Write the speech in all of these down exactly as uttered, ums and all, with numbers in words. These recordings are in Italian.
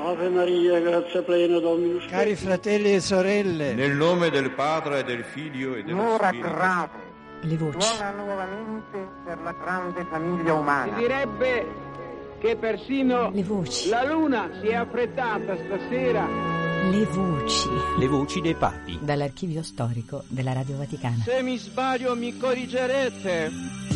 Ave Maria, grazia plena, Dominus tecum. Cari fratelli e sorelle, nel nome del Padre, e del Figlio e dello L'ora Spirito. grave le voci. suona nuovamente per la grande famiglia umana. Si direbbe che persino Le voci. la luna si è affrettata stasera. Le voci. Le voci dei papi. Dall'archivio storico della Radio Vaticana. Se mi sbaglio mi corrigerete.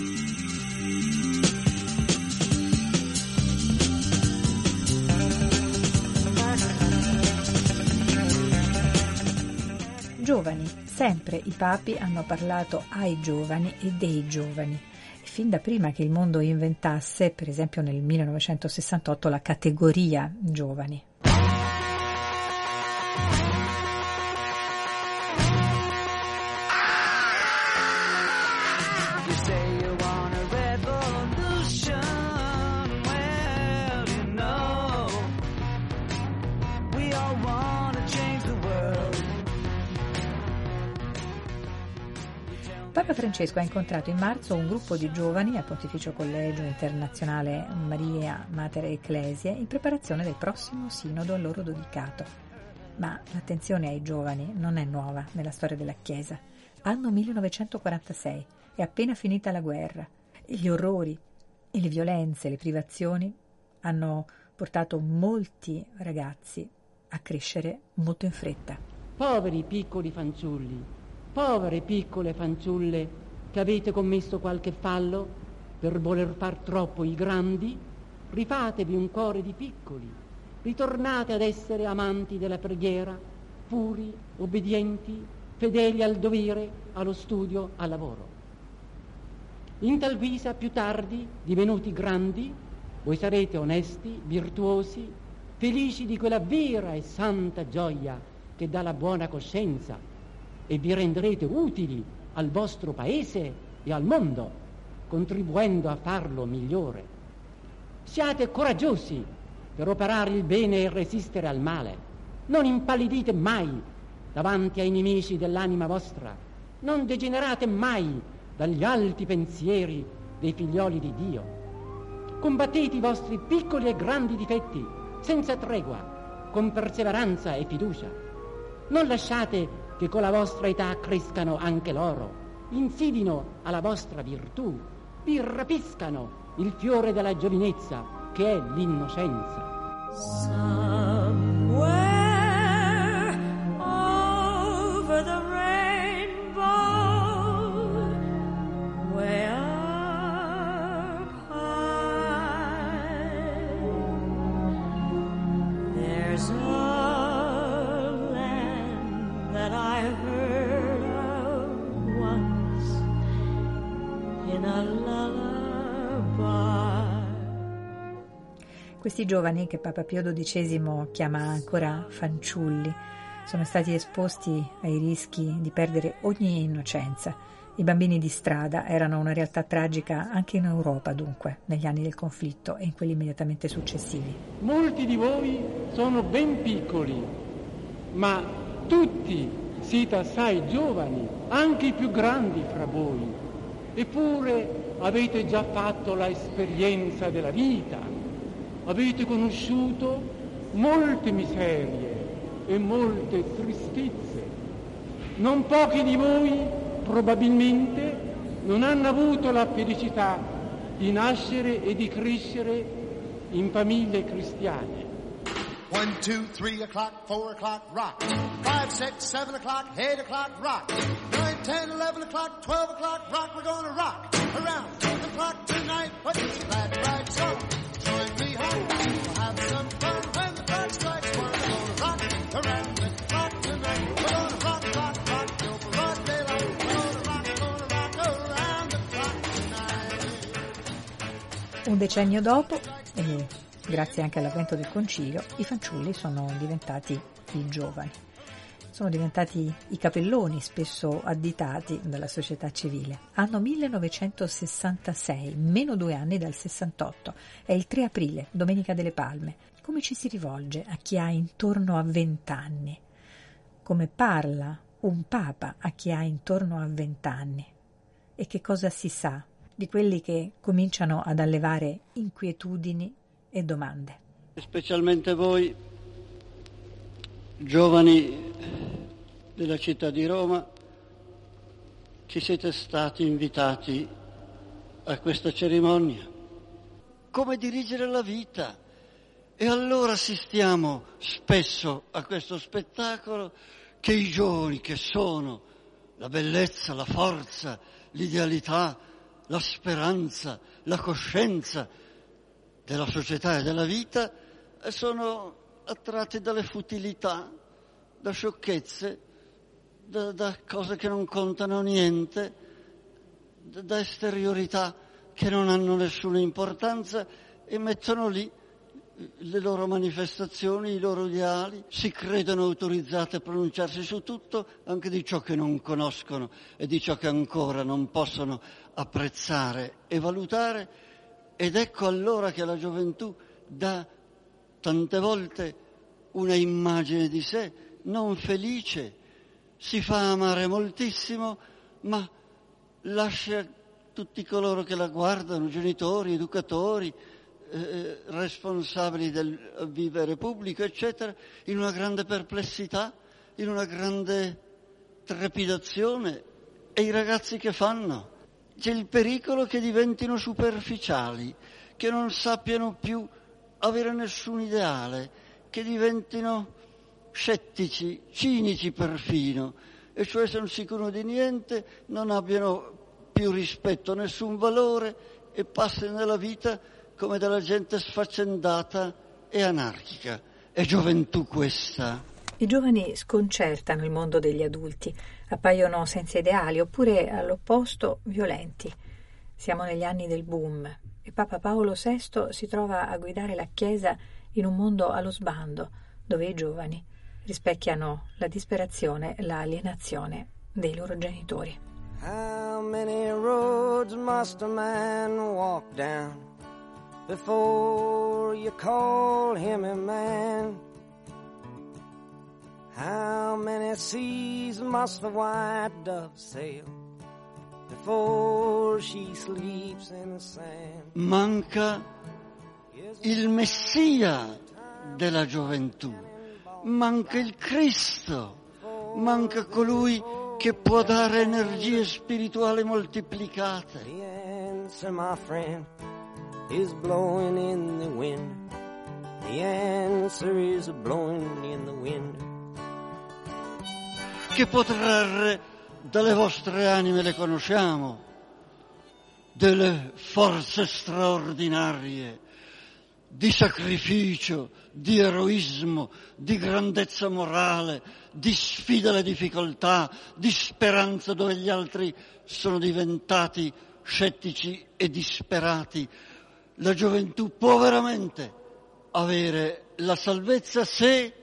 Giovani. Sempre i papi hanno parlato ai giovani e dei giovani. Fin da prima che il mondo inventasse, per esempio nel millenovecentosessantotto, la categoria giovani. Papa Francesco ha incontrato in marzo un gruppo di giovani al Pontificio Collegio Internazionale Maria Mater Ecclesiae in preparazione del prossimo sinodo a loro dedicato. Ma l'attenzione ai giovani non è nuova nella storia della Chiesa. Anno millenovecentoquarantasei, è appena finita la guerra e gli orrori e le violenze, le privazioni hanno portato molti ragazzi a crescere molto in fretta. Poveri piccoli fanciulli, povere piccole fanciulle che avete commesso qualche fallo per voler far troppo i grandi, rifatevi un cuore di piccoli, ritornate ad essere amanti della preghiera, puri, obbedienti, fedeli al dovere, allo studio, al lavoro. In tal guisa più tardi, divenuti grandi, voi sarete onesti, virtuosi, felici di quella vera e santa gioia che dà la buona coscienza, e vi renderete utili al vostro paese e al mondo, contribuendo a farlo migliore. Siate coraggiosi per operare il bene e resistere al male. Non impallidite mai davanti ai nemici dell'anima vostra. Non degenerate mai dagli alti pensieri dei figlioli di Dio. Combattete i vostri piccoli e grandi difetti senza tregua, con perseveranza e fiducia. Non lasciate che con la vostra età crescano anche loro, insidino alla vostra virtù, vi rapiscano il fiore della giovinezza che è l'innocenza. Somewhere over the rainbow, way up high, there's a that I heard of once in a lullaby. Questi giovani, che Papa Pio dodicesimo chiama ancora fanciulli, sono stati esposti ai rischi di perdere ogni innocenza. I bambini di strada erano una realtà tragica anche in Europa, dunque, negli anni del conflitto e in quelli immediatamente successivi. Molti di voi sono ben piccoli, ma tutti siete assai giovani, anche i più grandi fra voi, eppure avete già fatto l'esperienza della vita, avete conosciuto molte miserie e molte tristezze. Non pochi di voi probabilmente non hanno avuto la felicità di nascere e di crescere in famiglie cristiane. One, two, three o'clock, four o'clock, rock. Five, six, seven o'clock, eight o'clock, rock. Nine, ten, eleven o'clock, twelve o'clock, rock. We're gonna rock around the clock tonight. Put your glad rags on. Join me home. We'll have some fun when the clock strikes one. We're gonna rock around the clock tonight. We're gonna rock, rock, rock till the broad daylight. We're gonna rock, gonna rock around the clock tonight. Un decennio dopo, e grazie anche all'avvento del concilio, i fanciulli sono diventati i giovani. Sono diventati i capelloni spesso additati dalla società civile. Anno millenovecentosessantasei, meno due anni dal sessantotto, è il tre aprile, Domenica delle Palme. Come ci si rivolge a chi ha intorno a vent'anni? Come parla un papa a chi ha intorno a vent'anni? E che cosa si sa di quelli che cominciano ad allevare inquietudini e domande? Specialmente voi Giovani della città di Roma, che siete stati invitati a questa cerimonia. Come dirigere la vita? E allora assistiamo spesso a questo spettacolo che i giovani, che sono la bellezza, la forza, l'idealità, la speranza, la coscienza della società e della vita, sono attratti dalle futilità, da sciocchezze, da, da cose che non contano niente, da, da esteriorità che non hanno nessuna importanza, e mettono lì le loro manifestazioni, i loro ideali, si credono autorizzati a pronunciarsi su tutto, anche di ciò che non conoscono e di ciò che ancora non possono apprezzare e valutare. Ed ecco allora che la gioventù dà tante volte una immagine di sé non felice, si fa amare moltissimo, ma lascia tutti coloro che la guardano, genitori, educatori, eh, responsabili del vivere pubblico, eccetera, in una grande perplessità, in una grande trepidazione. E i ragazzi che fanno? C'è il pericolo che diventino superficiali, che non sappiano più avere nessun ideale, che diventino scettici, cinici perfino, e cioè sono sicuro di niente, non abbiano più rispetto, nessun valore, e passino nella vita come della gente sfaccendata e anarchica. È gioventù questa. I giovani sconcertano il mondo degli adulti, appaiono senza ideali oppure all'opposto violenti. Siamo negli anni del boom e Papa Paolo sesto si trova a guidare la Chiesa in un mondo allo sbando, dove i giovani rispecchiano la disperazione e l'alienazione dei loro genitori. How many roads must a man walk down before you call him a man? How many seas must the white dove sail before she sleeps in the sand? Manca il Messia della gioventù, manca il Cristo, manca colui che può dare energie spirituali moltiplicate. The answer, my friend, is blowing in the wind. The answer is blowing in the wind. Che può trarre dalle vostre anime, le conosciamo, delle forze straordinarie, di sacrificio, di eroismo, di grandezza morale, di sfida alle difficoltà, di speranza dove gli altri sono diventati scettici e disperati. La gioventù può veramente avere la salvezza se,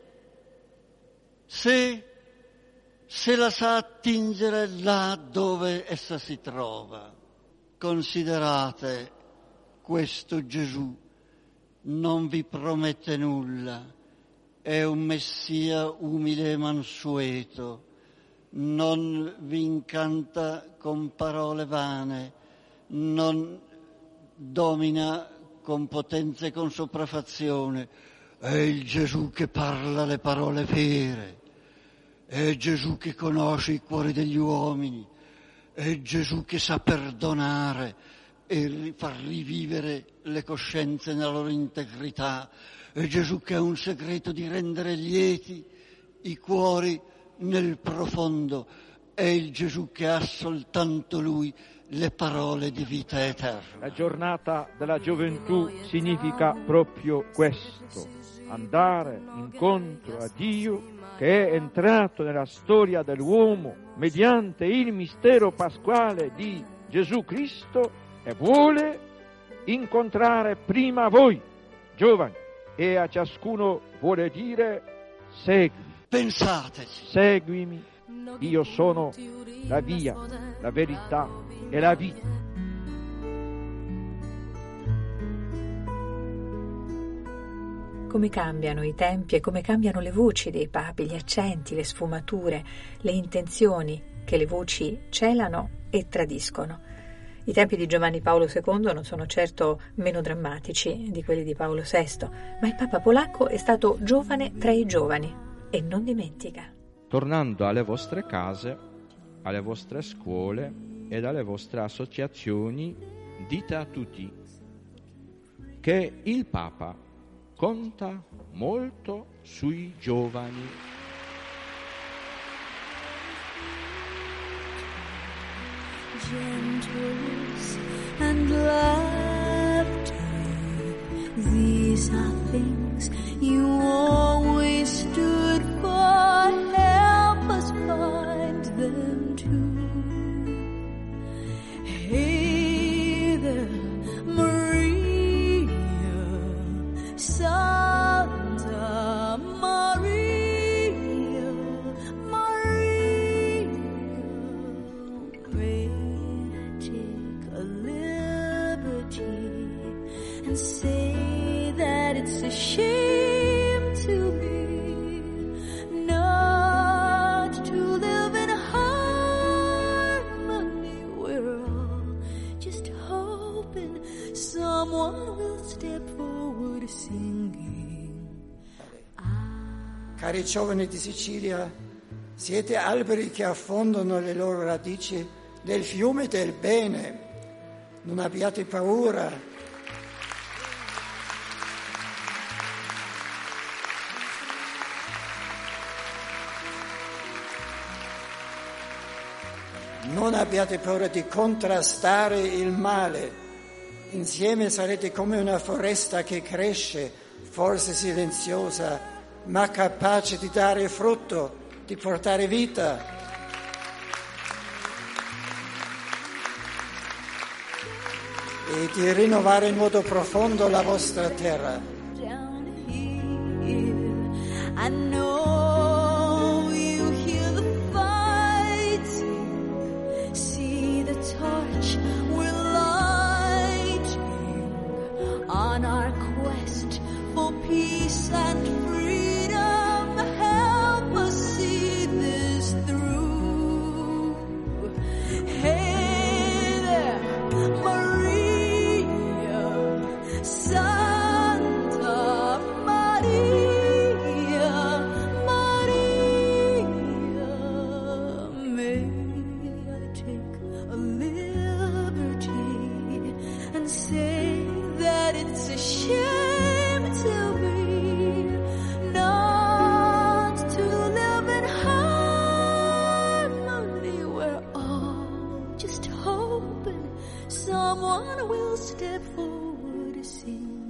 se, se la sa attingere là dove essa si trova. Considerate, questo Gesù non vi promette nulla, è un Messia umile e mansueto, non vi incanta con parole vane, non domina con potenza e con sopraffazione, è il Gesù che parla le parole vere, è Gesù che conosce i cuori degli uomini, è Gesù che sa perdonare e far rivivere le coscienze nella loro integrità. È Gesù che ha un segreto di rendere lieti i cuori nel profondo. È il Gesù che ha soltanto Lui le parole di vita eterna. La giornata della gioventù significa proprio questo: andare incontro a Dio che è entrato nella storia dell'uomo mediante il mistero pasquale di Gesù Cristo e vuole incontrare prima voi, giovani, e a ciascuno vuole dire: segui. Pensateci. Seguimi, io sono la via, la verità e la vita. Come cambiano i tempi e come cambiano le voci dei papi, gli accenti, le sfumature, le intenzioni che le voci celano e tradiscono. I tempi di Giovanni Paolo secondo non sono certo meno drammatici di quelli di Paolo sesto, ma il Papa polacco è stato giovane tra i giovani. e non dimentica. Tornando alle vostre case, alle vostre scuole ed alle vostre associazioni, dite a tutti che il Papa conta molto sui giovani. Gentleness and laughter, these are things you always stood for. Help us find them too. Hey there, Maria, Santa Maria, Maria, may I take a liberty and say that it's a shame to me not to live in harmony. We're all just hoping someone will step forward singing. Cari giovani di Sicilia, siete alberi che affondano le loro radici nel fiume del bene. Non abbiate paura. Non abbiate paura di contrastare il male. Insieme sarete come una foresta che cresce, forse silenziosa, ma capace di dare frutto, di portare vita. E di rinnovare in modo profondo la vostra terra. I know you hear the fighting, see the torch we're lighting on our quest for peace and freedom. Help us see this through. Hey there, Maria, Santa Maria, Maria, may I take a liberty and say that it's a shame to me not to live in harmony. We're all just hoping someone will step forward to sing.